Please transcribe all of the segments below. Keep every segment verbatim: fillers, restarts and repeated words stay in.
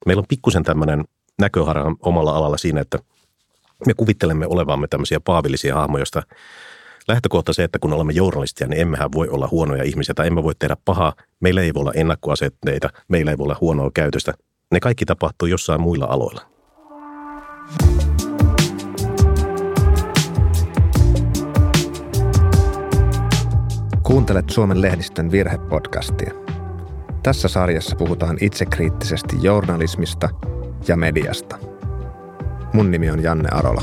Meillä on pikkusen tämmöinen näköharha omalla alalla siinä, että me kuvittelemme olevamme tämmöisiä paavillisia hahmoja, joista lähtökohta se, että kun olemme journalistia, niin emmehän voi olla huonoja ihmisiä tai emme voi tehdä pahaa. Meillä ei voi olla ennakkoasetteita, meillä ei voi olla huonoa käytöstä. Ne kaikki tapahtuu jossain muilla aloilla. Kuuntelet Suomen lehdistön virhepodcastia. Tässä sarjassa puhutaan itsekriittisesti journalismista ja mediasta. Mun nimi on Janne Arola.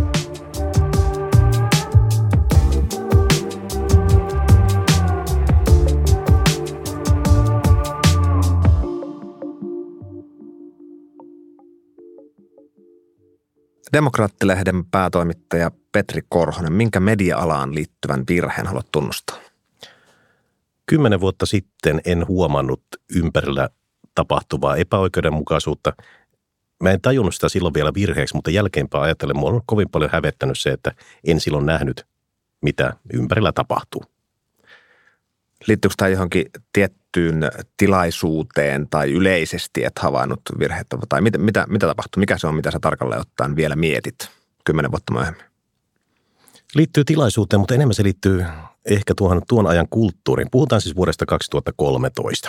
Demokraattilehden päätoimittaja Petri Korhonen, minkä media-alaan liittyvän virheen haluat tunnustaa? Kymmenen vuotta sitten en huomannut ympärillä tapahtuvaa epäoikeudenmukaisuutta. Mä en tajunnut sitä silloin vielä virheeksi, mutta jälkeenpäin ajatellen, mua on kovin paljon hävettänyt se, että en silloin nähnyt, mitä ympärillä tapahtuu. Liittyykö tämä johonkin tiettyyn tilaisuuteen tai yleisesti et havainnut virheitä? Tai mitä, mitä, mitä tapahtui? Mikä se on, mitä sä tarkalleen ottaen vielä mietit kymmenen vuotta myöhemmin? Liittyy tilaisuuteen, mutta enemmän se liittyy ehkä tuohon tuon ajan kulttuuriin. Puhutaan siis vuodesta kaksituhattakolmetoista.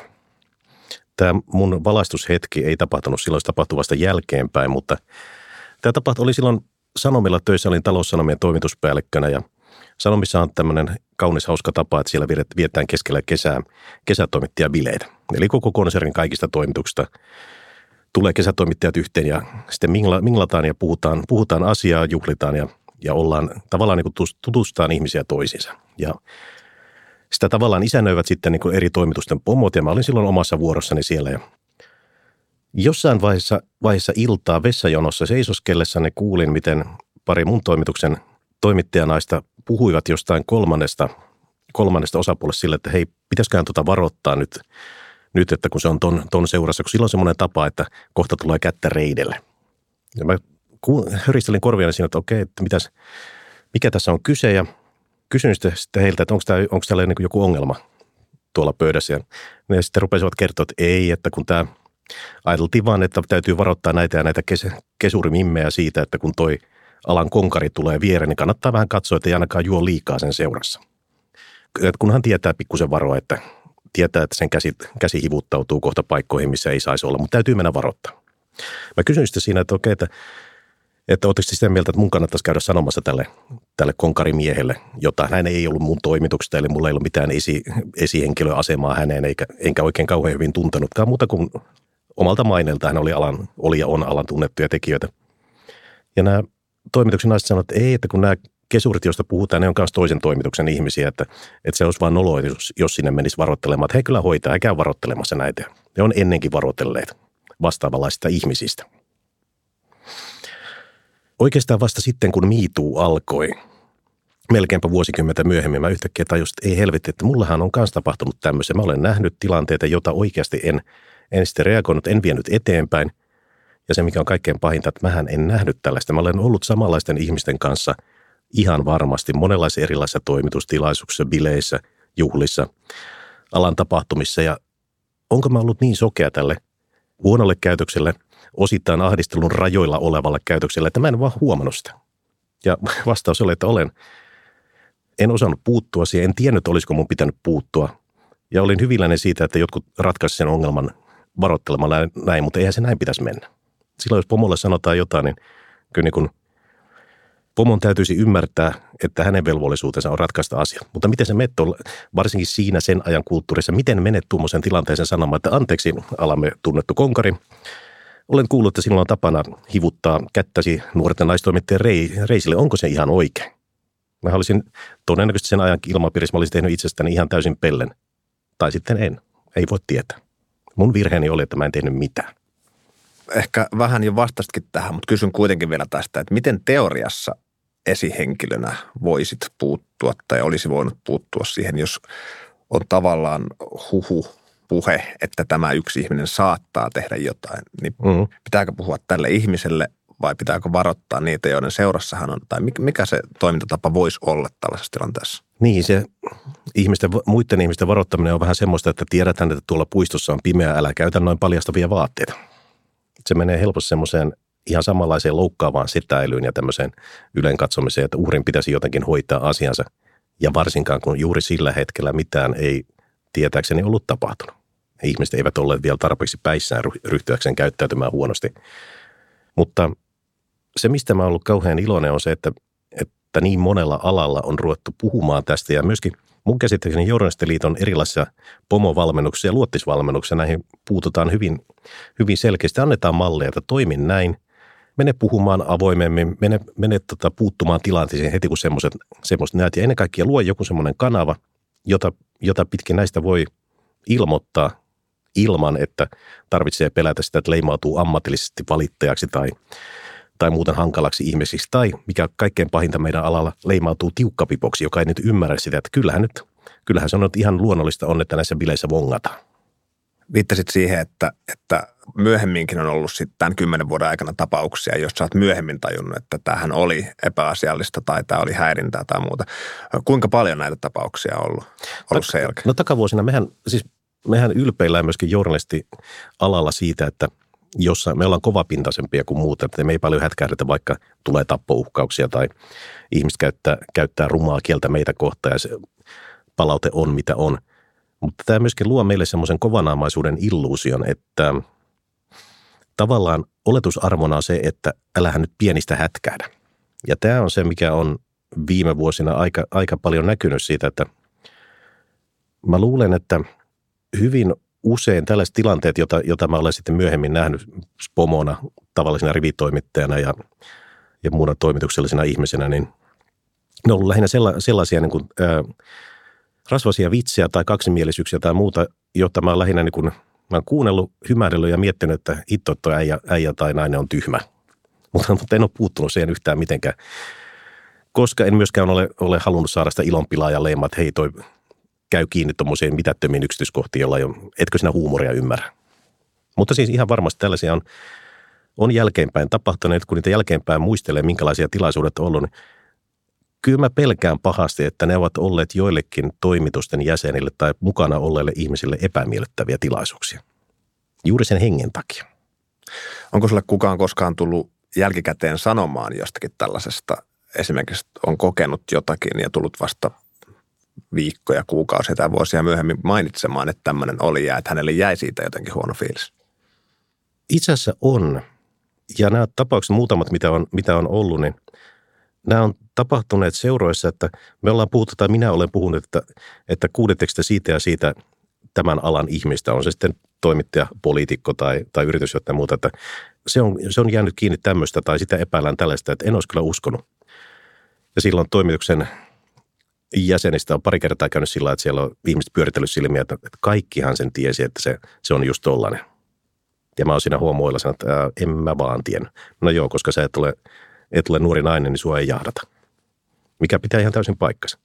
Tämä mun valaistushetki ei tapahtunut silloin, se tapahtui vasta jälkeenpäin, mutta tämä tapahtui, oli silloin Sanomilla töissä, olin Taloussanomien toimituspäällikkönä ja Sanomissa on tämmöinen kaunis hauska tapa, että siellä vietetään keskellä kesää kesätoimittajabileitä. Eli koko konsernin kaikista toimituksista tulee kesätoimittajat yhteen ja sitten minglataan ja puhutaan, puhutaan asiaa, juhlitaan ja, ja ollaan tavallaan niin kuin tutustaan ihmisiä toisiinsa. Ja sitä tavallaan isännöivät sitten niin kuin eri toimitusten pomot ja mä olin silloin omassa vuorossani siellä. Ja jossain vaiheessa, vaiheessa iltaa vessajonossa seisoskellessani kuulin, miten pari mun toimituksen toimittajanaista puhuivat jostain kolmannesta, kolmannesta osapuolesta sille, että hei, pitäisiköhän tuota varoittaa nyt, nyt, että kun se on ton, ton seurassa, kun silloin on semmoinen tapa, että kohta tulee kättä reidelle. Ja mä höristelin korviani siinä, että okei, että mitäs, mikä tässä on kyse ja kysyin sitten heiltä, että onko, tämä, onko täällä niin kuin joku ongelma tuolla pöydässä. Ja ne sitten rupesivat kertoa, että ei, että kun tämä ajateltiin vaan, että täytyy varoittaa näitä ja näitä kes, kesurimimmejä siitä, että kun toi alan konkari tulee viereen, niin kannattaa vähän katsoa, että ei ainakaan juo liikaa sen seurassa. Et kunhan tietää pikkusen varoa, että tietää, että sen käsi, käsi hivuttautuu kohta paikkoihin, missä ei saisi olla, mutta täytyy mennä varoittaa. Mä kysyin sitten siinä, että okei, että, että ootteko sitä mieltä, että mun kannattaisi käydä sanomassa tälle, tälle konkarimiehelle, jota hän ei ollut mun toimituksesta, eli mulla ei ollut mitään esi, esihenkilöasemaa häneen, eikä, enkä oikein kauhean hyvin tuntenutkaan, mutta kun omalta maineelta hän oli, alan, oli ja on alan tunnettuja tekijöitä. Ja nämä toimituksen naiset sanoivat, että ei, että kun nämä kesurit, joista puhutaan, ne on myös toisen toimituksen ihmisiä, että, että se olisi vaan noloa, jos, jos sinne menisi varoittelemaan, että he kyllä hoitaa, he käy varoittelemassa näitä. Ne on ennenkin varoitelleet vastaavanlaisista ihmisistä. Oikeastaan vasta sitten, kun Me Too alkoi, melkeinpä vuosikymmentä myöhemmin, mä yhtäkkiä tajusin, että ei helvetti, että mullahan on myös tapahtunut tämmöisiä. Mä olen nähnyt tilanteita, joita oikeasti en, en sitten reagoinut, en vienyt eteenpäin. Ja se, mikä on kaikkein pahinta, että mähän en nähnyt tällaista. Mä olen ollut samanlaisten ihmisten kanssa ihan varmasti monenlaisissa erilaisissa toimitustilaisuuksissa, bileissä, juhlissa, alan tapahtumissa. Ja onko mä ollut niin sokea tälle huonolle käytökselle, osittain ahdistelun rajoilla olevalle käytökselle, että mä en vaan huomannut sitä. Ja vastaus oli, että olen. En osannut puuttua siihen, en tiennyt, olisiko mun pitänyt puuttua. Ja olin hyvilläinen siitä, että jotkut ratkaisivat sen ongelman varoittelemalla näin, mutta eihän se näin pitäisi mennä. Silloin jos pomolle sanotaan jotain, niin kyllä niin kuin pomon täytyisi ymmärtää, että hänen velvollisuutensa on ratkaista asiat. Mutta miten se menet, varsinkin siinä sen ajan kulttuurissa, miten menet tuommoisen tilanteeseen sanomaan, että anteeksi, alamme tunnettu konkari. Olen kuullut, että sinulla on tapana hivuttaa kättäsi nuorten naistoimittajien reisille. Onko se ihan oikein? Mä olisin todennäköisesti sen ajan ilmapiirissä, mä olisin tehnyt itsestäni ihan täysin pellen. Tai sitten en. Ei voi tietää. Mun virheeni oli, että mä en tehnyt mitään. Ehkä vähän jo vastasitkin tähän, mutta kysyn kuitenkin vielä tästä, että miten teoriassa esihenkilönä voisit puuttua tai olisi voinut puuttua siihen, jos on tavallaan huhu, puhe, että tämä yksi ihminen saattaa tehdä jotain, niin mm. pitääkö puhua tälle ihmiselle vai pitääkö varoittaa niitä, joiden seurassahan on, tai mikä se toimintatapa voisi olla tällaisessa tilanteessa? Niin, se ihmisten, muiden ihmisten varoittaminen on vähän semmoista, että tiedetään, että tuolla puistossa on pimeä, älä käytä noin paljastavia vaatteita. se menee helposti semmoiseen ihan samanlaiseen loukkaavaan setäilyyn ja tämmöiseen ylen katsomiseen, että uhrin pitäisi jotenkin hoitaa asiansa. Ja varsinkaan, kun juuri sillä hetkellä mitään ei tietääkseni ollut tapahtunut. Ihmiset eivät olleet vielä tarpeeksi päissään ryhtyäkseen käyttäytymään huonosti. Mutta se, mistä mä oon ollut kauhean iloinen, on se, että, että niin monella alalla on ruvettu puhumaan tästä. Ja myöskin mun käsittääkseni Journalistiliiton erilaisissa pomovalmennuksissa ja luottisvalmennuksissa näihin puututaan hyvin, hyvin selkeästi. Annetaan malleja, että toimin näin. Mene puhumaan avoimemmin, mene, mene tota, puuttumaan tilanteeseen heti, kun semmoista näet. Ja ennen kaikkea luo joku semmoinen kanava, jota, jota pitkin näistä voi ilmoittaa ilman, että tarvitsee pelätä sitä, että leimautuu ammatillisesti valittajaksi tai, tai muuten hankalaksi ihmisiksi. Tai mikä kaikkein pahinta meidän alalla leimautuu tiukkapipoksi, joka ei nyt ymmärrä sitä, että kyllähän, nyt, kyllähän se on nyt ihan luonnollista on, että näissä bileissä vongataan. Viittasit siihen, että, että myöhemminkin on ollut sitten tämän kymmenen vuoden aikana tapauksia, joissa olet myöhemmin tajunnut, että tämähän oli epäasiallista tai tämä oli häirintää tai muuta. Kuinka paljon näitä tapauksia on ollut, ollut sen jälkeen? No takavuosina mehän, siis mehän ylpeillään myöskin journalistialalla siitä, että jossa me ollaan kovapintaisempia kuin muut, että me ei paljon hätkähdetä, vaikka tulee tappouhkauksia tai ihmiset käyttää, käyttää rumaa kieltä meitä kohtaan ja se palaute on mitä on. Mutta tämä myöskin luo meille semmoisen kovanaamaisuuden illuusion, että tavallaan oletusarvona on se, että älähän nyt pienistä hätkähdä. Ja tämä on se, mikä on viime vuosina aika, aika paljon näkynyt siitä, että mä luulen, että hyvin usein tällaiset tilanteet, jota, jota mä olen sitten myöhemmin nähnyt pomona, tavallisena rivitoimittajana ja, ja muuna toimituksellisena ihmisenä, niin ne on ollut lähinnä sella, sellaisia niin kuin, ää, rasvaisia vitsejä tai kaksimielisyyksiä tai muuta, jota mä oon lähinnä niin kuin, mä oon kuunnellut, hymädellyt ja miettinyt, että hitto, toi äijä, äijä tai nainen on tyhmä. Mutta, mutta en ole puuttunut siihen yhtään mitenkään, koska en myöskään ole, ole halunnut saada sitä ilonpilaa ja leimaa, että hei toi käy kiinni tuommoiseen mitättömiin yksityiskohtiin, jolla ei ole, etkö sinä huumoria ymmärrä. Mutta siis ihan varmasti tällaisia on, on jälkeenpäin tapahtuneet, kun niitä jälkeenpäin muistelee, minkälaisia tilaisuudet on ollut, niin kyllä mä pelkään pahasti, että ne ovat olleet joillekin toimitusten jäsenille tai mukana olleille ihmisille epämiellyttäviä tilaisuuksia. Juuri sen hengen takia. Onko sulle kukaan koskaan tullut jälkikäteen sanomaan jostakin tällaisesta? Esimerkiksi on kokenut jotakin ja tullut vasta viikkoja, kuukausia tai vuosia myöhemmin mainitsemaan, että tämmöinen oli ja että hänelle jäi siitä jotenkin huono fiilis? Itse asiassa on. Ja nämä tapaukset muutamat, mitä on, mitä on ollut, niin nämä on tapahtuneet seuroissa, että me ollaan puhuttu, tai minä olen puhunut, että, että kuulitteko te siitä ja siitä tämän alan ihmistä, on se sitten toimittaja, poliitikko tai, tai yritysjohtaja ja muuta, että se on, se on jäänyt kiinni tämmöistä tai sitä epäillään tällaista, että en olisi kyllä uskonut. Ja silloin toimituksen jäsenistä on pari kertaa käynyt sillä, että siellä on ihmiset pyöritellyt silmiä, että kaikkihan sen tiesi, että se, se on just tollainen. Ja mä oon siinä huomoilla sanonut, että ää, en mä vaan tiennyt. No joo, koska sä et ole, et ole nuori nainen, niin sua ei jahdata. Mikä pitää ihan täysin paikkansa.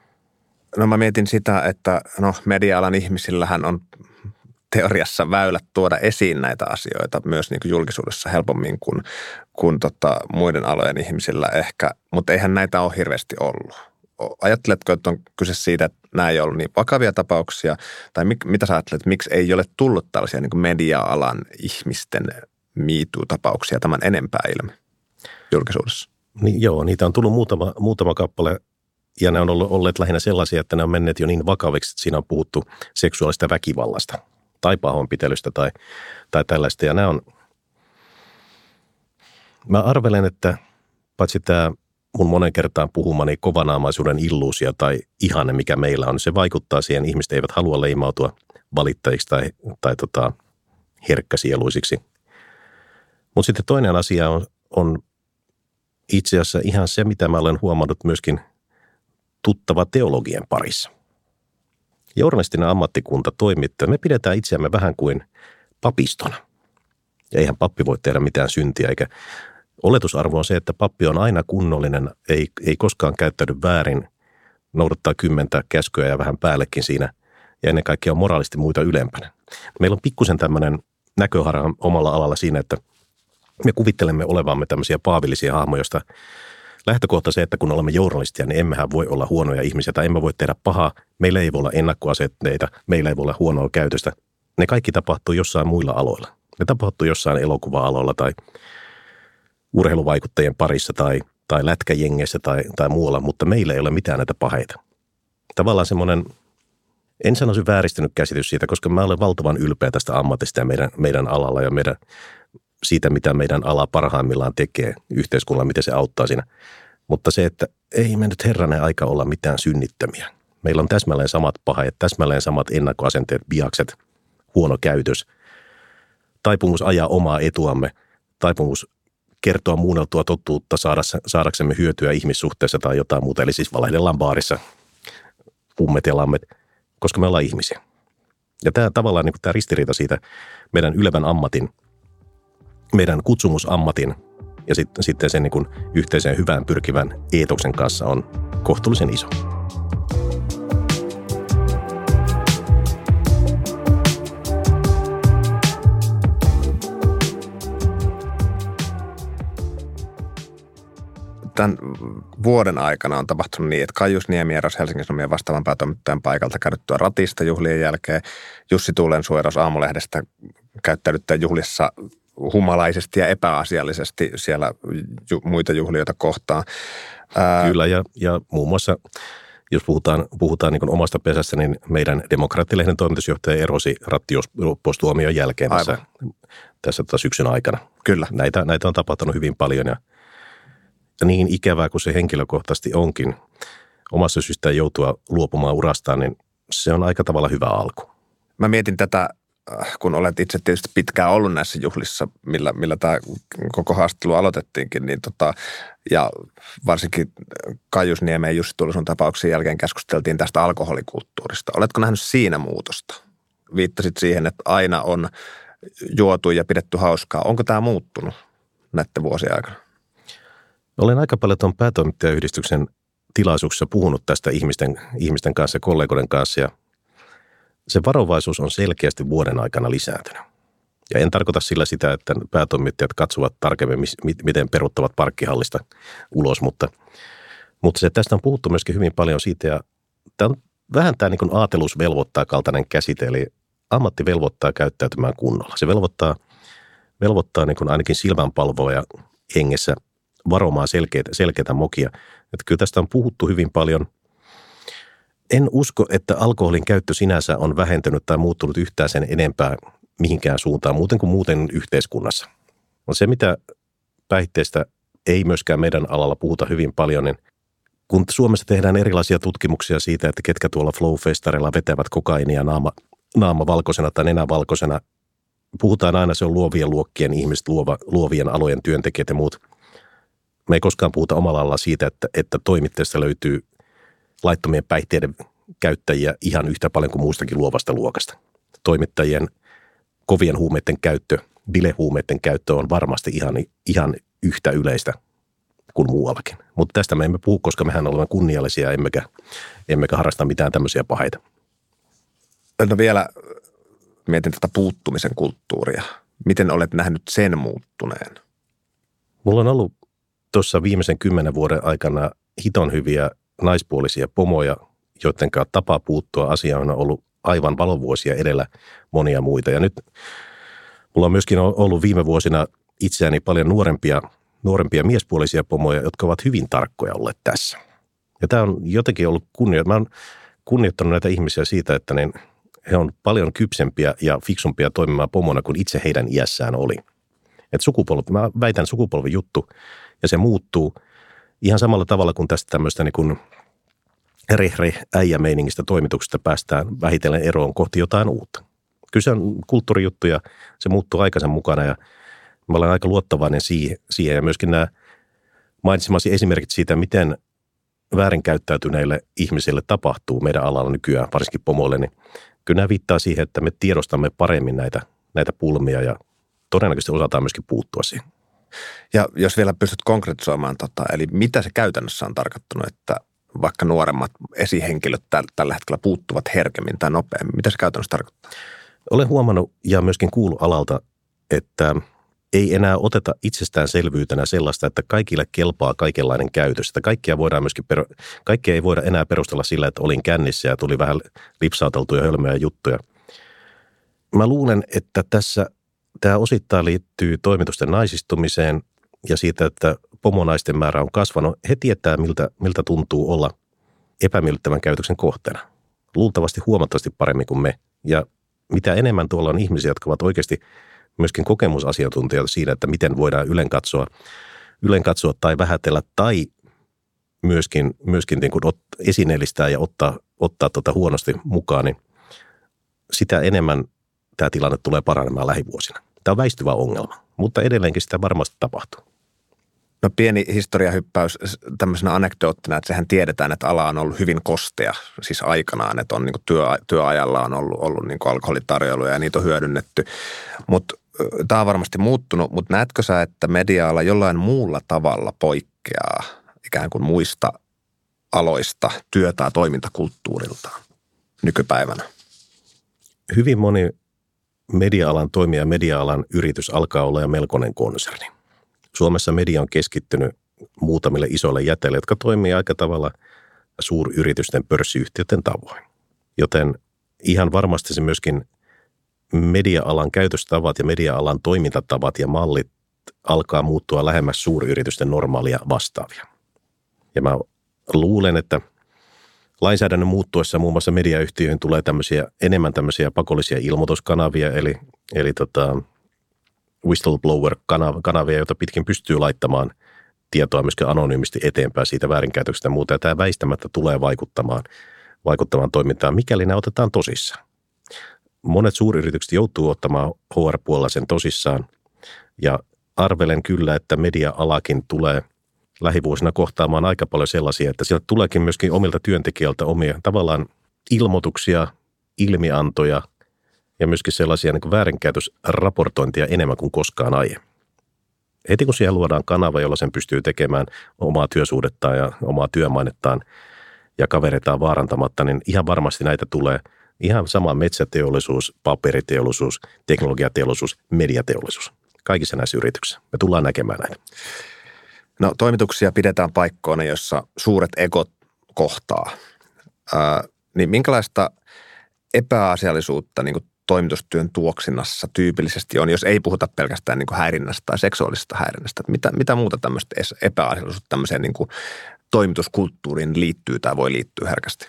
No mä mietin sitä, että no media-alan ihmisillähän on teoriassa väylät tuoda esiin näitä asioita myös niin kuin julkisuudessa helpommin kuin, kuin tota muiden alojen ihmisillä ehkä, mutta eihän näitä ole hirveästi ollut. Ajatteletko, että on kyse siitä, että nämä ei ollut niin vakavia tapauksia, tai mit, mitä sä ajattelet, että miksi ei ole tullut tällaisia niin kuin media-alan ihmisten MeToo-tapauksia tämän enempää ilmi julkisuudessa? Niin, joo, niitä on tullut muutama, muutama kappale, ja ne on olleet lähinnä sellaisia, että ne on menneet jo niin vakaviksi, että siinä on puhuttu seksuaalista väkivallasta tai pahoinpitelystä tai, tai tällaista. Ja nämä on, mä arvelen, että paitsi tämä mun monen kertaan puhumani kovanaamaisuuden illuusio tai ihanne, mikä meillä on, se vaikuttaa siihen, ihmiset eivät halua leimautua valittajiksi tai, tai tota, herkkäsieluisiksi. Mutta sitten toinen asia on, on itse asiassa ihan se, mitä mä olen huomannut myöskin tuttava teologien parissa. Journalistinen ammattikunta toimittaja, me pidetään itseämme vähän kuin papistona. Ja eihän pappi voi tehdä mitään syntiä, eikä oletusarvo on se, että pappi on aina kunnollinen, ei, ei koskaan käyttäydy väärin, noudattaa kymmentä käskyä ja vähän päällekin siinä, ja ennen kaikkea on moraalisti muita ylempänä. Meillä on pikkusen tämmöinen näköharha omalla alalla siinä, että me kuvittelemme olevamme tämmöisiä paavillisia hahmoja, joista lähtökohta se, että kun olemme journalistia, niin emmehän voi olla huonoja ihmisiä tai emme voi tehdä pahaa, meillä ei voi olla ennakkoasetteita, meillä ei voi olla huonoa käytöstä. Ne kaikki tapahtuu jossain muilla aloilla. Ne tapahtuu jossain elokuva-aloilla tai urheiluvaikuttajien parissa tai, tai lätkäjengeissä tai, tai muualla, mutta meillä ei ole mitään näitä paheita. Tavallaan semmoinen, en sanoisi vääristynyt käsitys siitä, koska mä olen valtavan ylpeä tästä ammatista ja meidän, meidän alalla ja meidän, siitä, mitä meidän ala parhaimmillaan tekee yhteiskunnalla, miten se auttaa siinä. Mutta se, että ei me nyt herranen aika olla mitään synnittömiä. Meillä on täsmälleen samat paheet, täsmälleen samat ennakkoasenteet, biakset, huono käytös, taipumus ajaa omaa etuamme, taipumus kertoa muunneltua totuutta saadaksemme hyötyä ihmissuhteessa tai jotain muuta. Eli siis valehdellaan baarissa, ummet ja lammet, koska me ollaan ihmisiä. Ja tämä tavallaan niin kuin tämä ristiriita siitä meidän ylevän ammatin, meidän kutsumusammatin ja sitten, sitten sen niin kuin yhteiseen hyvään pyrkivän eetoksen kanssa on kohtuullisen iso. Tämän vuoden aikana on tapahtunut niin, että Kaius Niemi erosi Helsingin Sanomien vastaavan päätoimittajan paikalta käydyttyä ratista juhlien jälkeen. Jussi Tuulensuo erosi Aamulehdestä käyttäydyttyä juhlissa humalaisesti ja epäasiallisesti siellä ju- muita juhlijoita kohtaan. Ää... Kyllä, ja, ja muun muassa, jos puhutaan, puhutaan niin kuin omasta pesästä, niin meidän Demokraattilehden toimitusjohtaja erosi rattijuoppoustuomion jälkeen tässä, tässä tota syksyn aikana. Kyllä. Näitä, näitä on tapahtunut hyvin paljon, ja niin ikävää kuin se henkilökohtaisesti onkin, omassa syystään joutua luopumaan urastaan, niin se on aika tavalla hyvä alku. Mä mietin tätä, kun olet itse tietysti pitkään ollut näissä juhlissa, millä, millä tämä koko haastattelu aloitettiinkin, niin tota, ja varsinkin Kaius Niemen ja Jussi Tuulensuon tapauksen jälkeen keskusteltiin tästä alkoholikulttuurista. Oletko nähnyt siinä muutosta? Viittasit siihen, että aina on juotu ja pidetty hauskaa. Onko tämä muuttunut näiden vuosien aikana? Olen aika paljon tuon päätoimittajayhdistyksen tilaisuuksissa puhunut tästä ihmisten, ihmisten kanssa ja kollegoiden kanssa, ja se varovaisuus on selkeästi vuoden aikana lisääntynyt. Ja en tarkoita sillä sitä, että päätoimittajat katsovat tarkemmin, miten peruuttavat parkkihallista ulos, mutta, mutta se, tästä on puhuttu myöskin hyvin paljon siitä, ja tämä on vähän tämä niin kuin aatelus velvoittaa kaltainen käsite, eli ammatti velvoittaa käyttäytymään kunnolla. Se velvoittaa, velvoittaa niin kuin ainakin silmänpalvoja hengessä varomaan selkeitä, selkeitä mokia. Että kyllä tästä on puhuttu hyvin paljon. En usko, että alkoholin käyttö sinänsä on vähentynyt tai muuttunut yhtään sen enempää mihinkään suuntaan, muuten kuin muuten yhteiskunnassa. No se, mitä päihteistä ei myöskään meidän alalla puhuta hyvin paljon, niin kun Suomessa tehdään erilaisia tutkimuksia siitä, että ketkä tuolla flow-festareilla vetävät kokainia naama, naama valkoisena tai nenä valkoisena, puhutaan aina, se on luovien luokkien ihmiset, luova, luovien alojen työntekijät ja muut. Me ei koskaan puhuta omalla alalla siitä, että, että toimittajista löytyy laittomien päihteiden käyttäjiä ihan yhtä paljon kuin muustakin luovasta luokasta. Toimittajien kovien huumeiden käyttö, bilehuumeiden käyttö on varmasti ihan, ihan yhtä yleistä kuin muuallakin. Mutta tästä me emme puhu, koska mehän olemme kunniallisia, emmekä, emmekä harrasta mitään tämmöisiä paheita. No vielä mietin tätä puuttumisen kulttuuria. Miten olet nähnyt sen muuttuneen? Mulla on ollut tuossa viimeisen kymmenen vuoden aikana hiton hyviä naispuolisia pomoja, joiden tapa puuttua asiaan on ollut aivan valovuosia edellä monia muita. Ja nyt mulla on myöskin ollut viime vuosina itseäni paljon nuorempia, nuorempia miespuolisia pomoja, jotka ovat hyvin tarkkoja olleet tässä. Ja tämä on jotenkin ollut kunnio. Mä oon kunnioittanut näitä ihmisiä siitä, että ne, he on paljon kypsempiä ja fiksumpia toimimaan pomona kuin itse heidän iässään oli. Että sukupolvi, mä väitän sukupolven juttu, ja se muuttuu ihan samalla tavalla kuin tästä tämmöistä niin kuin reh-reh-äijä-meiningistä toimituksesta päästään vähitellen eroon kohti jotain uutta. Kyllä se on kulttuurijuttu ja se muuttuu aikaisen mukana, ja mä olen aika luottavainen siihen. Ja myöskin nämä mainitsemasi esimerkit siitä, miten väärinkäyttäytyneille ihmisille tapahtuu meidän alalla nykyään, varsinkin pomoille, niin kyllä nämä viittaa siihen, että me tiedostamme paremmin näitä, näitä pulmia ja todennäköisesti osataan myöskin puuttua siihen. Ja jos vielä pystyt konkretisoimaan, tota, eli mitä se käytännössä on tarkoittanut, että vaikka nuoremmat esihenkilöt tällä hetkellä puuttuvat herkemmin tai nopeammin, mitä se käytännössä tarkoittaa? Olen huomannut ja myöskin kuullut alalta, että ei enää oteta itsestäänselvyytenä sellaista, että kaikille kelpaa kaikenlainen käytös. Että kaikkia, voidaan myöskin, kaikkia ei voida enää perustella sillä, että olin kännissä ja tuli vähän lipsauteltuja hölmöjä juttuja. Mä luulen, että tässä Tämä osittain liittyy toimitusten naisistumiseen ja siitä, että pomonaisten määrä on kasvanut. He tietää, miltä, miltä tuntuu olla epämiellyttävän käytöksen kohteena. Luultavasti huomattavasti paremmin kuin me. Ja mitä enemmän tuolla on ihmisiä, jotka ovat oikeasti myöskin kokemusasiantuntijoita siinä, että miten voidaan ylen katsoa, ylen katsoa tai vähätellä tai myöskin, myöskin niin kuin esineellistää ja ottaa, ottaa tuota huonosti mukaan, niin sitä enemmän tämä tilanne tulee paranemaan lähivuosina. Tämä on väistyvä ongelma, mutta edelleenkin sitä varmasti tapahtuu. No pieni historiahyppäys tämmöisenä anekdoottina, että sehän tiedetään, että ala on ollut hyvin kostea, siis aikanaan, että on niin kuin työ, työajalla on ollut, ollut niin kuin alkoholitarjoiluja ja niitä on hyödynnetty. Mutta tämä on varmasti muuttunut, mutta näetkö sä, että media-ala jollain muulla tavalla poikkeaa ikään kuin muista aloista työ- tai toimintakulttuuriltaan nykypäivänä? Hyvin moni media-alan toimija, media-alan yritys alkaa olla jo melkoinen konserni. Suomessa media on keskittynyt muutamille isoille jäteille, jotka toimii aika tavalla suuryritysten pörssiyhtiöiden tavoin. Joten ihan varmasti se myöskin media-alan käytöstavat ja media-alan toimintatavat ja mallit alkaa muuttua lähemmäs suuryritysten normaalia vastaavia. Ja mä luulen, että lainsäädännön muuttuessa muun muassa mediayhtiöihin tulee tämmöisiä, enemmän tämmöisiä pakollisia ilmoituskanavia, eli, eli tota, whistleblower-kanavia, joita pitkin pystyy laittamaan tietoa myöskin anonyymisti eteenpäin siitä väärinkäytöksestä ja muuta. Ja tämä väistämättä tulee vaikuttamaan, vaikuttamaan toimintaan, mikäli ne otetaan tosissaan. Monet suuryritykset joutuu ottamaan H R-puolella sen tosissaan ja arvelen kyllä, että media-alakin tulee lähivuosina kohtaamaan aika paljon sellaisia, että sieltä tuleekin myöskin omilta työntekijöiltä omia tavallaan ilmoituksia, ilmiantoja ja myöskin sellaisia niin kuin väärinkäytösraportointia enemmän kuin koskaan aiemmin. Heti kun siihen luodaan kanava, jolla sen pystyy tekemään omaa työsuhdettaan ja omaa työmainettaan ja kavereitaan vaarantamatta, niin ihan varmasti näitä tulee ihan sama metsäteollisuus, paperiteollisuus, teknologiateollisuus, mediateollisuus. Kaikissa näissä yrityksissä. Me tullaan näkemään näitä. No toimituksia pidetään paikkoina, jossa suuret egot kohtaa. Ää, niin minkälaista epäasiallisuutta niin kuin toimitustyön tuoksinnassa tyypillisesti on, jos ei puhuta pelkästään niin kuin häirinnästä tai seksuaalisesta häirinnästä? Mitä, mitä muuta tämmöistä epäasiallisuutta tämmöiseen niin kuin toimituskulttuuriin liittyy tai voi liittyä herkästi?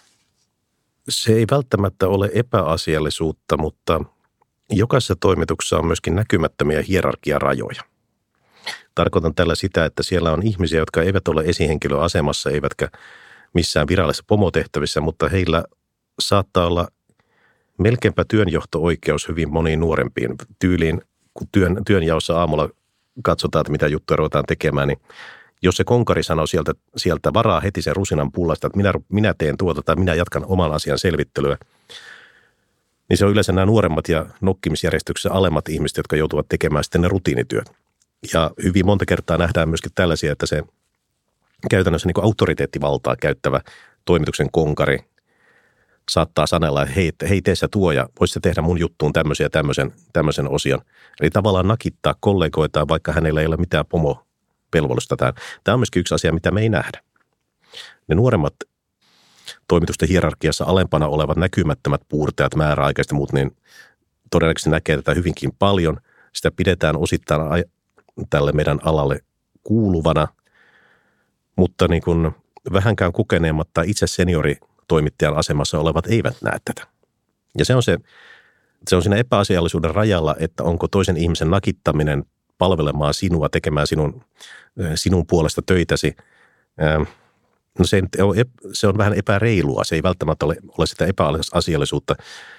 Se ei välttämättä ole epäasiallisuutta, mutta jokaisessa toimituksessa on myöskin näkymättömiä hierarkiarajoja. Tarkoitan tällä sitä, että siellä on ihmisiä, jotka eivät ole esihenkilöasemassa, eivätkä missään virallisessa pomotehtävissä, mutta heillä saattaa olla melkeinpä työnjohto-oikeus hyvin moniin nuorempiin tyyliin. Kun työn, työnjaossa aamulla katsotaan, että mitä juttuja ruvetaan tekemään, niin jos se konkari sanoo sieltä, sieltä varaa heti sen rusinan pullasta, että minä, minä teen tuota tai minä jatkan oman asian selvittelyä, niin se on yleensä nämä nuoremmat ja nokkimisjärjestyksessä alemmat ihmiset, jotka joutuvat tekemään sitten ne rutiinityöt. Ja hyvin monta kertaa nähdään myöskin tällaisia, että se käytännössä niin kuin autoriteettivaltaa käyttävä toimituksen konkari saattaa sanella, että hei, hei tee sä tuo ja voisi tehdä mun juttuun tämmöisen ja tämmöisen, tämmöisen osion. Eli tavallaan nakittaa kollegoitaan, vaikka hänellä ei ole mitään pomovelvollisuutta tähän. Tämä on myöskin yksi asia, mitä me ei nähdä. Ne nuoremmat toimitusten hierarkiassa alempana olevat näkymättömät puurtajat, määräaikaiset ja muut, niin todennäköisesti näkee tätä hyvinkin paljon. Sitä pidetään osittain tälle meidän alalle kuuluvana, mutta niin kuin vähänkään kokeneemmat tai itse senioritoimittajan asemassa olevat eivät näe tätä. Ja se on, se, se on siinä epäasiallisuuden rajalla, että onko toisen ihmisen nakittaminen palvelemaan sinua, tekemään sinun, sinun puolesta töitäsi. No se, on, se on vähän epäreilua, se ei välttämättä ole, ole sitä epäasiallisuutta.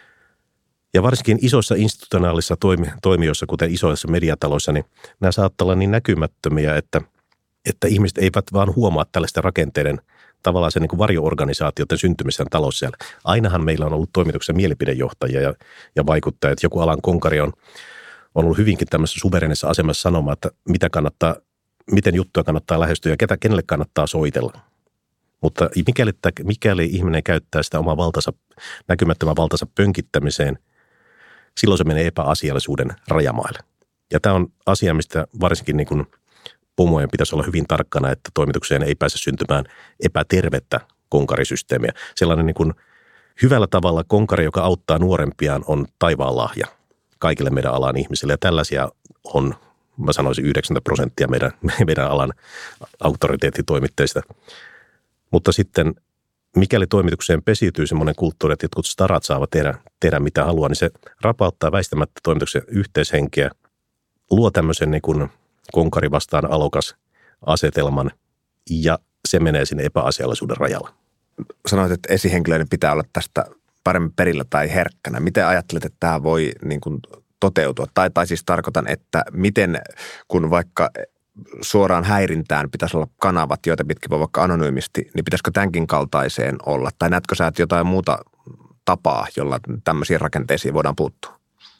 Ja varsinkin isoissa institutionaalisissa toimi, toimijoissa, kuten isoissa mediataloissa, niin nämä saattaa olla niin näkymättömiä, että, että ihmiset eivät vaan huomaa tällaisten rakenteiden tavallaan se niin kuin varjo-organisaatioiden syntymisen talous siellä. Ainahan meillä on ollut toimituksen mielipidejohtajia ja, ja vaikuttajat. Joku alan konkari on, on ollut hyvinkin tämmöisessä suverenissa asemassa sanomaan, että mitä kannattaa, miten juttuja kannattaa lähestyä ja ketä, kenelle kannattaa soitella. Mutta mikäli, mikäli ihminen käyttää sitä omaa valtansa, näkymättömän valtansa pönkittämiseen, silloin se menee epäasiallisuuden rajamaille. Ja tämä on asia, mistä varsinkin niin kuin pomojen pitäisi olla hyvin tarkkana, että toimitukseen ei pääse syntymään epätervettä konkarisysteemiä. Sellainen niin kuin hyvällä tavalla konkari, joka auttaa nuorempiaan, on taivaan lahja. kaikille meidän alan ihmisille. Ja tällaisia on, mä sanoisin, yhdeksänkymmentä prosenttia meidän, meidän alan auktoriteettitoimitteista. Mutta sitten mikäli toimitukseen pesiytyy semmoinen kulttuuri, että jotkut starat saavat tehdä, tehdä mitä haluaa, niin se rapauttaa väistämättä toimituksen yhteishenkeä, luo tämmöisen niin kuin konkari vastaan alokas asetelman ja se menee sinne epäasiallisuuden rajalla. Sanoit, että esihenkilöiden pitää olla tästä paremmin perillä tai herkkänä. Miten ajattelet, että tämä voi niin kuin toteutua? Tai, tai siis tarkoitan, että miten kun vaikka suoraan häirintään pitäisi olla kanavat, joita pitkin voi vaikka anonyymisti, niin pitäisikö tämänkin kaltaiseen olla? Tai näetkö sä, että jotain muuta tapaa, jolla tämmöisiin rakenteisiin voidaan puuttua?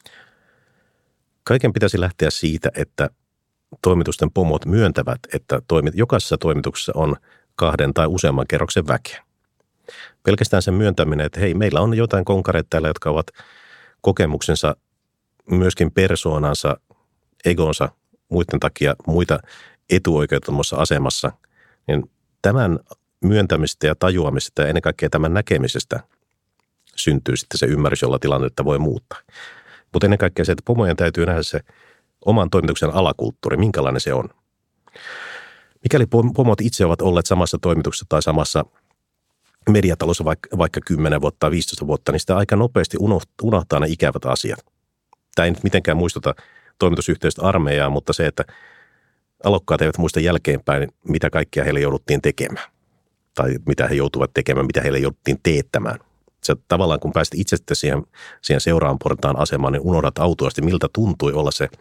Kaiken pitäisi lähteä siitä, että toimitusten pomot myöntävät, että toimit, jokaisessa toimituksessa on kahden tai useamman kerroksen väkeä. Pelkästään sen myöntäminen, että hei, meillä on jotain konkareita täällä, jotka ovat kokemuksensa, myöskin persoonansa, egonsa, muiden takia muita etuoikeutumassa asemassa, niin tämän myöntämistä ja tajuamista ja ennen kaikkea tämän näkemisestä syntyy sitten se ymmärrys, jolla tilannetta voi muuttaa. Mutta ennen kaikkea se, että pomojen täytyy nähdä se oman toimituksen alakulttuuri, minkälainen se on. Mikäli pomot itse ovat olleet samassa toimituksessa tai samassa mediatalossa vaikka, vaikka kymmenen vuotta tai viisitoista vuotta, niin sitä aika nopeasti unohtaa ne ikävät asiat. Tämä ei nyt mitenkään muistuta toimitusyhteistä armeijaa, mutta se, että alokkaat eivät muista jälkeenpäin, mitä kaikkea heille jouduttiin tekemään. Tai mitä he joutuvat tekemään, mitä heille jouduttiin teettämään. Se tavallaan, kun pääsit itse sitten siihen, siihen seuraavan portaan asemaan, niin unohdat autuasti, miltä tuntui olla se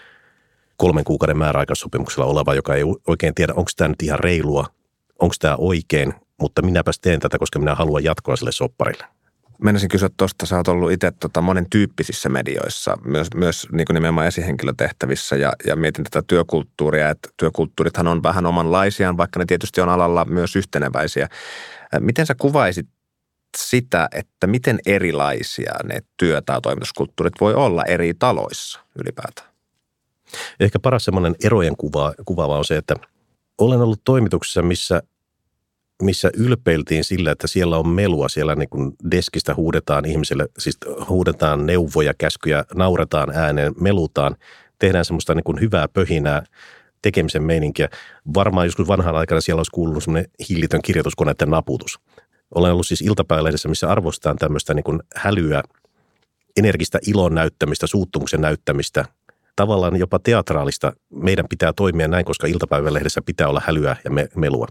kolmen kuukauden määräaikaissopimuksella oleva, joka ei oikein tiedä, onko tämä nyt ihan reilua, onko tämä oikein, mutta minäpäs teen tätä, koska minä haluan jatkoa sille sopparille. Mennäisin kysyä tuosta, sä oot ollut itse tota monen tyyppisissä medioissa, myös, myös niin kuin nimenomaan esihenkilötehtävissä ja, ja mietin tätä työkulttuuria, että työkulttuurithan on vähän omanlaisiaan, vaikka ne tietysti on alalla myös yhteneväisiä. Miten sä kuvaisit sitä, että miten erilaisia ne työ- tai toimituskulttuurit voi olla eri taloissa ylipäätään? Ehkä paras semmoinen erojen kuva, kuvaava on se, että olen ollut toimituksessa, missä missä ylpeiltiin sillä, että siellä on melua, siellä niin kuin deskistä huudetaan ihmisille, siis huudetaan neuvoja, käskyjä, nauretaan ääneen, melutaan, tehdään semmoista niin kuin hyvää pöhinää, tekemisen meininkiä. Varmaan joskus vanhaan aikana siellä olisi kuulunut semmoinen hillitön kirjoituskoneiden naputus. Olen ollut siis iltapäivälehdessä, missä arvostetaan tämmöistä niin kuin hälyä, energistä ilon näyttämistä, suuttumuksen näyttämistä, tavallaan jopa teatraalista. Meidän pitää toimia näin, koska iltapäivälehdessä pitää olla hälyä ja me, melua.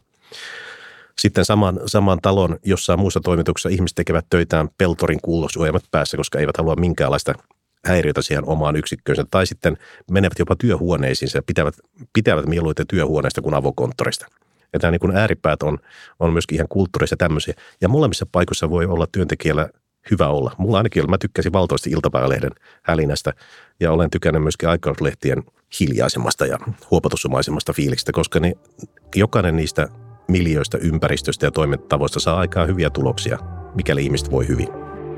Sitten saman, saman talon jossain muussa toimituksessa ihmiset tekevät töitään peltorin kuulosuojamat päässä, koska eivät halua minkäänlaista häiriötä siihen omaan yksikköönsä. Tai sitten menevät jopa työhuoneisiinsa ja pitävät, pitävät mieluiten työhuoneesta kuin avokonttorista. Ja tämä niin kuin ääripäät on, on myöskin ihan kulttuurissa tämmöisiä. Ja molemmissa paikoissa voi olla työntekijällä hyvä olla. Mulla ainakin, mä tykkäsin valtavasti iltapäivälehden hälinästä ja olen tykännyt myöskin aikakauslehtien hiljaisemmasta ja huopatussumaisemmasta fiiliksestä, koska ne, jokainen niistä miljöistä, ympäristöstä ja toimintatavoista saa aikaan hyviä tuloksia, mikäli ihmiset voi hyvin.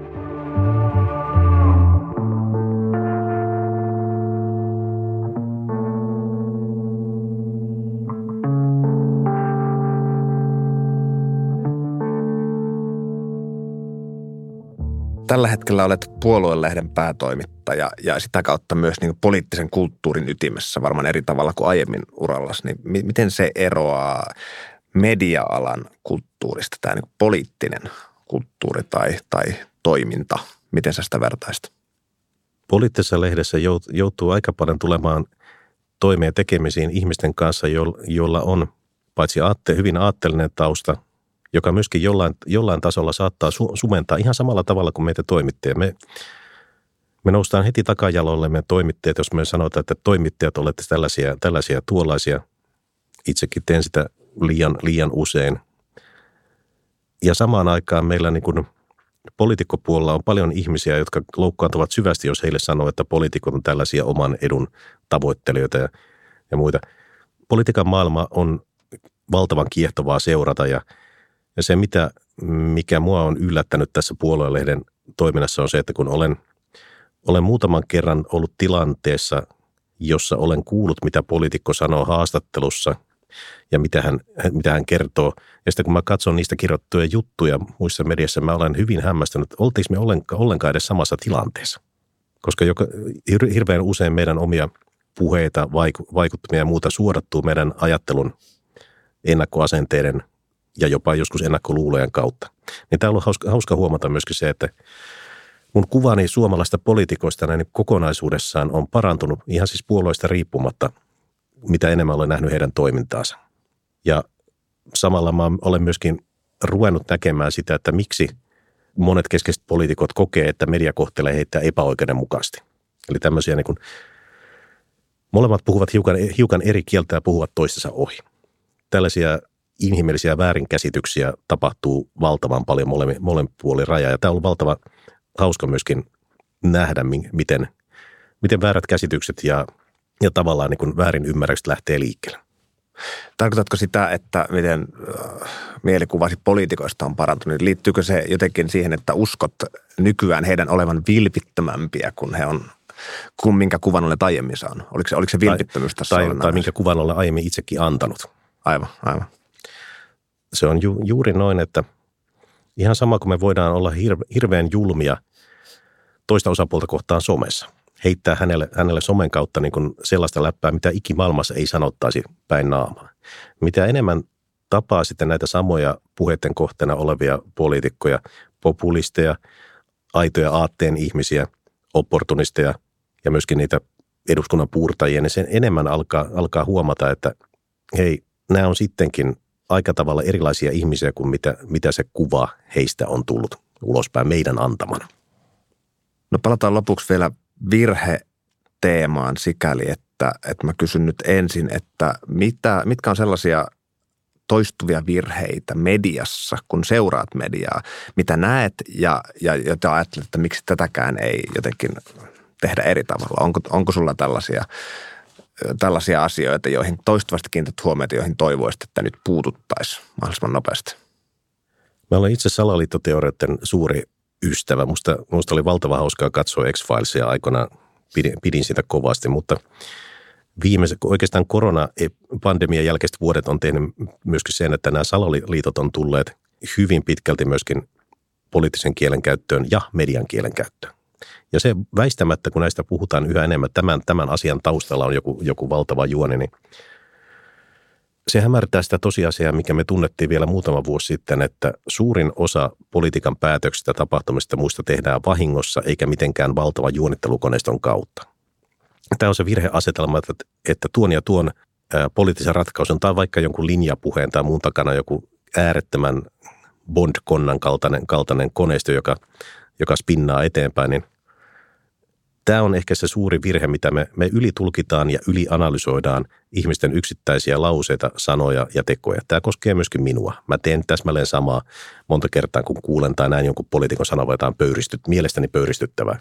Tällä hetkellä olet Puoluelehden päätoimittaja ja sitä kautta myös niin poliittisen kulttuurin ytimessä varmaan eri tavalla kuin aiemmin urallasi. Niin miten se eroaa media-alan kulttuurista, tämä niin poliittinen kulttuuri tai, tai toiminta? Miten sä sitä vertaisit? Poliittisessa lehdessä joutuu aika paljon tulemaan toimeen tekemisiin ihmisten kanssa, joilla on paitsi aatte, hyvin aatteellinen tausta, joka myöskin jollain, jollain tasolla saattaa su, sumentaa ihan samalla tavalla kuin meitä toimittajia. Me, me noustaan heti takajalolle me toimittajat, jos me sanotaan, että toimittajat olette tällaisia, tällaisia tuollaisia. Itsekin teen sitä liian, liian usein. Ja samaan aikaan meillä niin kuin poliitikkopuolella on paljon ihmisiä, jotka loukkaantuvat syvästi, jos heille sanoo, että poliitikot on tällaisia oman edun tavoittelijoita ja, ja muita. Politiikan maailma on valtavan kiehtovaa seurata ja Ja se, mitä, mikä mua on yllättänyt tässä Puoluelehden toiminnassa on se, että kun olen, olen muutaman kerran ollut tilanteessa, jossa olen kuullut, mitä poliitikko sanoo haastattelussa ja mitä hän, mitä hän kertoo. Ja sitten kun mä katson niistä kirjoittuja juttuja muissa mediassa, mä olen hyvin hämmästynyt, oltiinko me ollenkaan, ollenkaan edes samassa tilanteessa. koska joka, hirveän usein meidän omia puheita, vaikuttamia ja muuta suodattuu meidän ajattelun ennakkoasenteiden ja jopa joskus ennakkoluulojen kautta. Niin tämä on ollut hauska, hauska huomata myöskin se, että mun kuvani suomalaista poliitikoista näin kokonaisuudessaan on parantunut ihan siis puolueista riippumatta, mitä enemmän olen nähnyt heidän toimintaansa. Ja samalla mä olen myöskin ruvennut näkemään sitä, että miksi monet keskeiset poliitikot kokee, että media kohtelee heitä epäoikeudenmukaisesti. Eli tämmöisiä niin kuin, molemmat puhuvat hiukan, hiukan eri kieltä ja puhuvat toistensa ohi. Tällaisia inhimillisiä väärinkäsityksiä tapahtuu valtavan paljon molemmin, molemmin puolin rajaa. Ja tämä on ollut valtava hauska myöskin nähdä, miten, miten väärät käsitykset ja, ja tavallaan niin kuin väärin ymmärrykset lähtee liikkeelle. Tarkoitatko sitä, että miten äh, mielikuvasi poliitikoista on parantunut? Liittyykö se jotenkin siihen, että uskot nykyään heidän olevan vilpittömämpiä, kun he on, kun minkä kuvan olet aiemmin saanut? Oliko se, oliko se vilpittömyys tässä? Tai, tai, tai minkä kuvan olen aiemmin itsekin antanut. Aivan, aivan. Se on ju, juuri noin, että ihan sama kuin me voidaan olla hirve, hirveän julmia toista osapuolta kohtaan somessa. Heittää hänelle, hänelle somen kautta niin kuin sellaista läppää, mitä ikimaailmassa ei sanottaisi päin naamaa. Mitä enemmän tapaa sitten näitä samoja puheiden kohteena olevia poliitikkoja, populisteja, aitoja aatteen ihmisiä, opportunisteja ja myöskin niitä eduskunnan puurtajia, niin sen enemmän alkaa, alkaa huomata, että hei, nämä on sittenkin aika tavalla erilaisia ihmisiä kuin mitä, mitä se kuva heistä on tullut ulospäin meidän antamana. No palataan lopuksi vielä virhe-teemaan sikäli, että, että mä kysyn nyt ensin, että mitä, mitkä on sellaisia toistuvia virheitä mediassa, kun seuraat mediaa, mitä näet ja, ja jota ajattelet, että miksi tätäkään ei jotenkin tehdä eri tavalla. Onko, onko sulla tällaisia, tällaisia asioita, joihin toistuvasti kiinnität huomiota, joihin toivoisit, että nyt puututtaisiin mahdollisimman nopeasti? Mä olen itse salaliittoteorioiden suuri ystävä. Musta, musta oli valtava hauskaa katsoa X-Filesia aikoinaan. Pidin, pidin sitä kovasti, mutta viimeiset, oikeastaan koronapandemian jälkeiset vuodet on tehnyt myöskin sen, että nämä salaliitot on tulleet hyvin pitkälti myöskin poliittisen kielen käyttöön ja median kielen käyttöön. Ja se väistämättä, kun näistä puhutaan yhä enemmän, tämän, tämän asian taustalla on joku, joku valtava juoni, niin se hämärtää sitä tosiasiaa, mikä me tunnettiin vielä muutama vuosi sitten, että suurin osa politiikan päätöksistä, tapahtumista muista tehdään vahingossa eikä mitenkään valtava juonittelukoneiston kautta. Tämä on se virheasetelma, että, että tuon ja tuon ää, poliittisen ratkaisun tai vaikka jonkun linjapuheen tai muun takana joku äärettömän Bond-konnan kaltainen, kaltainen koneisto, joka, joka spinnaa eteenpäin, niin tämä on ehkä se suuri virhe, mitä me, me ylitulkitaan ja ylianalysoidaan ihmisten yksittäisiä lauseita, sanoja ja tekoja. Tämä koskee myöskin minua. Mä teen täsmälleen samaa monta kertaa, kun kuulen tai näin jonkun poliitikon sanovan jotain pöyristyt, mielestäni pöyristyttävää.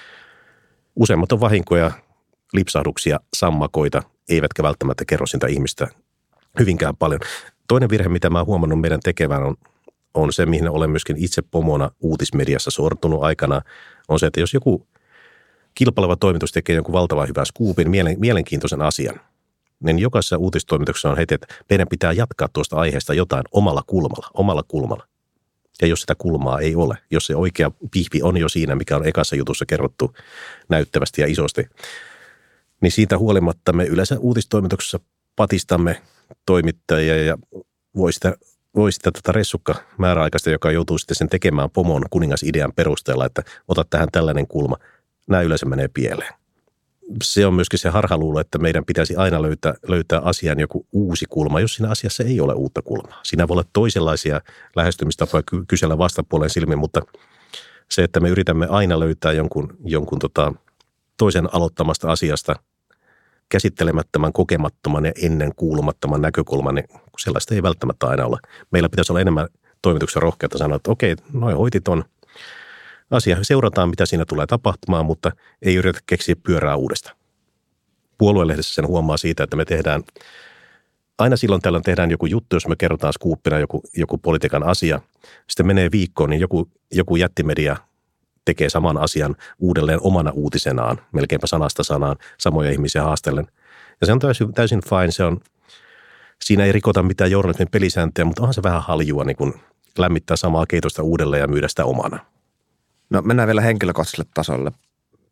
Useimmat on vahinkoja, lipsahduksia, sammakoita, eivätkä välttämättä kerro sitä ihmistä hyvinkään paljon. Toinen virhe, mitä mä oon huomannut meidän tekevän, on, on se, mihin olen myöskin itse pomona uutismediassa sortunut aikana, on se, että jos joku kilpaileva toimitus tekee jonkun valtavan hyvän skuupin, mielenkiintoisen asian, niin jokaisessa uutistoimituksessa on heti, että meidän pitää jatkaa tuosta aiheesta jotain omalla kulmalla, omalla kulmalla. Ja jos sitä kulmaa ei ole, jos se oikea pihvi on jo siinä, mikä on ekassa jutussa kerrottu näyttävästi ja isosti, niin siitä huolimatta me yleensä uutistoimituksessa patistamme toimittajia ja voi sitä, voi sitä tuota ressukka määräaikaista, joka joutuu sitten sen tekemään pomon kuningasidean perusteella, että ota tähän tällainen kulma. Nämä yleensä menee pieleen. Se on myöskin se harhaluulo, että meidän pitäisi aina löytää, löytää asiaan joku uusi kulma, jos siinä asiassa ei ole uutta kulmaa. Siinä voi olla toisenlaisia lähestymistapoja kysellä vastapuolen silmin, mutta se, että me yritämme aina löytää jonkun, jonkun tota, toisen aloittamasta asiasta käsittelemättömän, kokemattoman ja ennen kuulumattoman näkökulman, niin sellaista ei välttämättä aina ole. Meillä pitäisi olla enemmän toimituksen rohkeutta sanoa, että okei, noin hoitit on. Asia seurataan, mitä siinä tulee tapahtumaan, mutta ei yritä keksiä pyörää uudestaan. Puoluelehdessä sen huomaa siitä, että me tehdään, aina silloin tällöin tehdään joku juttu, jos me kerrotaan skuuppina joku, joku politiikan asia. Sitten menee viikkoon, niin joku, joku jättimedia tekee saman asian uudelleen omana uutisenaan, melkeinpä sanasta sanaan, samoja ihmisiä haastellen. Ja se on täysin, täysin fine, se on, siinä ei rikota mitään journalismin pelisääntöjä, mutta onhan se vähän haljua niin kuin lämmittää samaa keitosta uudelleen ja myydä sitä omana. No mennään vielä henkilökohtaiselle tasolle.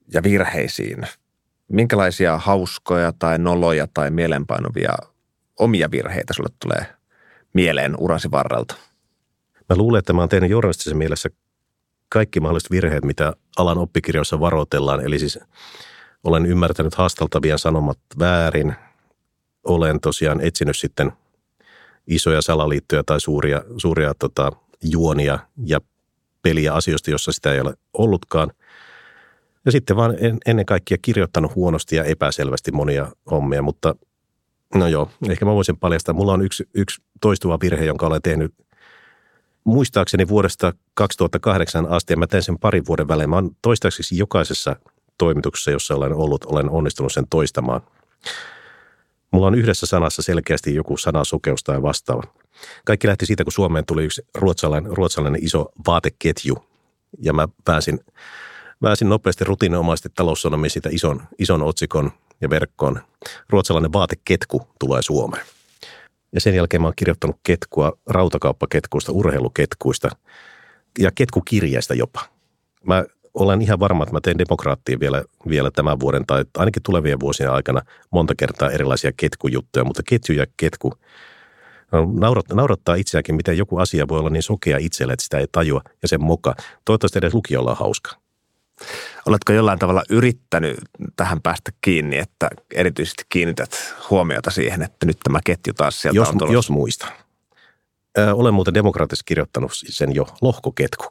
ja virheisiin. Minkälaisia hauskoja tai noloja tai mieleenpainuvia omia virheitä sulle tulee mieleen urasi varrelta? Mä luulen, että mä oon tehnyt journalistisen mielessä kaikki mahdolliset virheet, mitä alan oppikirjoissa varoitellaan. Eli siis olen ymmärtänyt haasteltavien sanomat väärin. Olen tosiaan etsinyt sitten isoja salaliittoja tai suuria, suuria tota, juonia ja peliä asioista, jossa sitä ei ole ollutkaan. Ja sitten vaan en, ennen kaikkea kirjoittanut huonosti ja epäselvästi monia hommia, mutta no joo, ehkä mä voisin paljastaa. Mulla on yksi, yksi toistuva virhe, jonka olen tehnyt muistaakseni vuodesta kaksituhattakahdeksan asti, ja mä teen sen parin vuoden välein. Mä oon toistaiseksi jokaisessa toimituksessa, jossa olen ollut, olen onnistunut sen toistamaan. Mulla on yhdessä sanassa selkeästi joku sanasokeus tai vastaava. Kaikki lähti siitä, kun Suomeen tuli yksi ruotsalainen, ruotsalainen iso vaateketju, ja mä pääsin, pääsin nopeasti rutiinomaisesti Taloussanomiin siitä ison, ison otsikon ja verkkoon. Ruotsalainen vaateketku tulee Suomeen. Ja sen jälkeen mä oon kirjoittanut ketkua rautakauppaketkuista, urheiluketkuista ja ketkukirjeistä jopa. Mä olen ihan varma, että mä teen Demokraattiin vielä, vielä tämän vuoden tai ainakin tulevien vuosien aikana monta kertaa erilaisia ketkujuttuja, mutta ketju ja ketku naurattaa, naurattaa itseäkin, miten joku asia voi olla niin sokea itselle, että sitä ei tajua ja sen moka. Toivottavasti edes lukijoilla on hauska. Oletko jollain tavalla yrittänyt tähän päästä kiinni, että erityisesti kiinnität huomiota siihen, että nyt tämä ketju taas sieltä jos, on tulossa? Jos muistan. Ö, olen muuten Demokraatissa kirjoittanut sen jo, lohkoketku.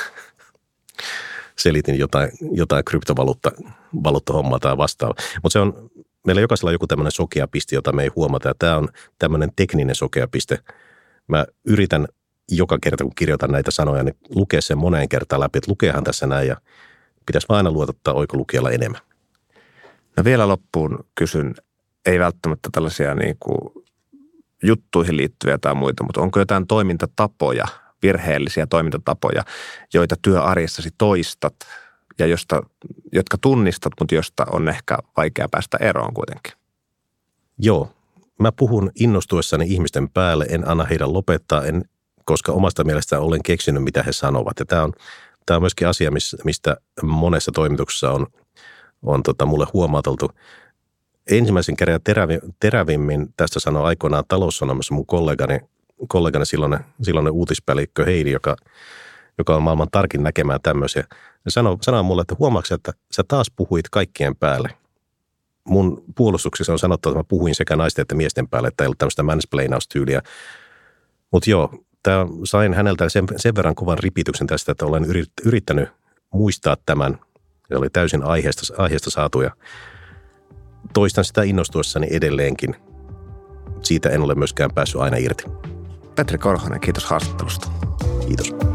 Selitin jotain, jotain kryptovaluuttahommaa tai vastaavaa. Mutta se on, meillä jokaisella on joku tämmöinen sokea piste, jota me ei huomata. Ja tämä on tämmöinen tekninen sokea piste. Mä yritän joka kerta, kun kirjoitan näitä sanoja, niin lukea sen moneen kertaan läpi, että lukeehan tässä näin ja pitäisi vaan aina luotottaa oikolukijalla enemmän. No vielä loppuun kysyn, ei välttämättä tällaisia niin kuin juttuihin liittyviä tai muita, mutta onko jotain toimintatapoja, virheellisiä toimintatapoja, joita työarjessasi toistat ja josta, jotka tunnistat, mutta josta on ehkä vaikea päästä eroon kuitenkin? Joo, mä puhun innostuessani ihmisten päälle, en anna heidän lopettaa, en, koska omasta mielestään olen keksinyt, mitä he sanovat. Ja tämä on, tämä on myöskin asia, mistä monessa toimituksessa on, on tota, mulle huomauteltu. Ensimmäisen kerran terävimmin tästä sanoi aikoinaan Taloussanomassa mun kollegani, kollegani silloinen, silloinen uutispäällikkö Heidi, joka, joka on maailman tarkin näkemään tämmöisiä. Ja sanoi, sanoi mulle, että huomaatko, että sä taas puhuit kaikkien päälle. Mun puolustuksessa on sanottu, että mä puhuin sekä naisten että miesten päälle, että ei ollut tämmöistä mansplainaustyyliä. Mutta joo, tää, sain häneltä sen, sen verran kovan ripityksen tästä, että olen yrittänyt muistaa tämän. Se oli täysin aiheesta, aiheesta saatu ja toistan sitä innostuessani edelleenkin. Siitä en ole myöskään päässyt aina irti. Petri Korhonen, kiitos haastattelusta. Kiitos.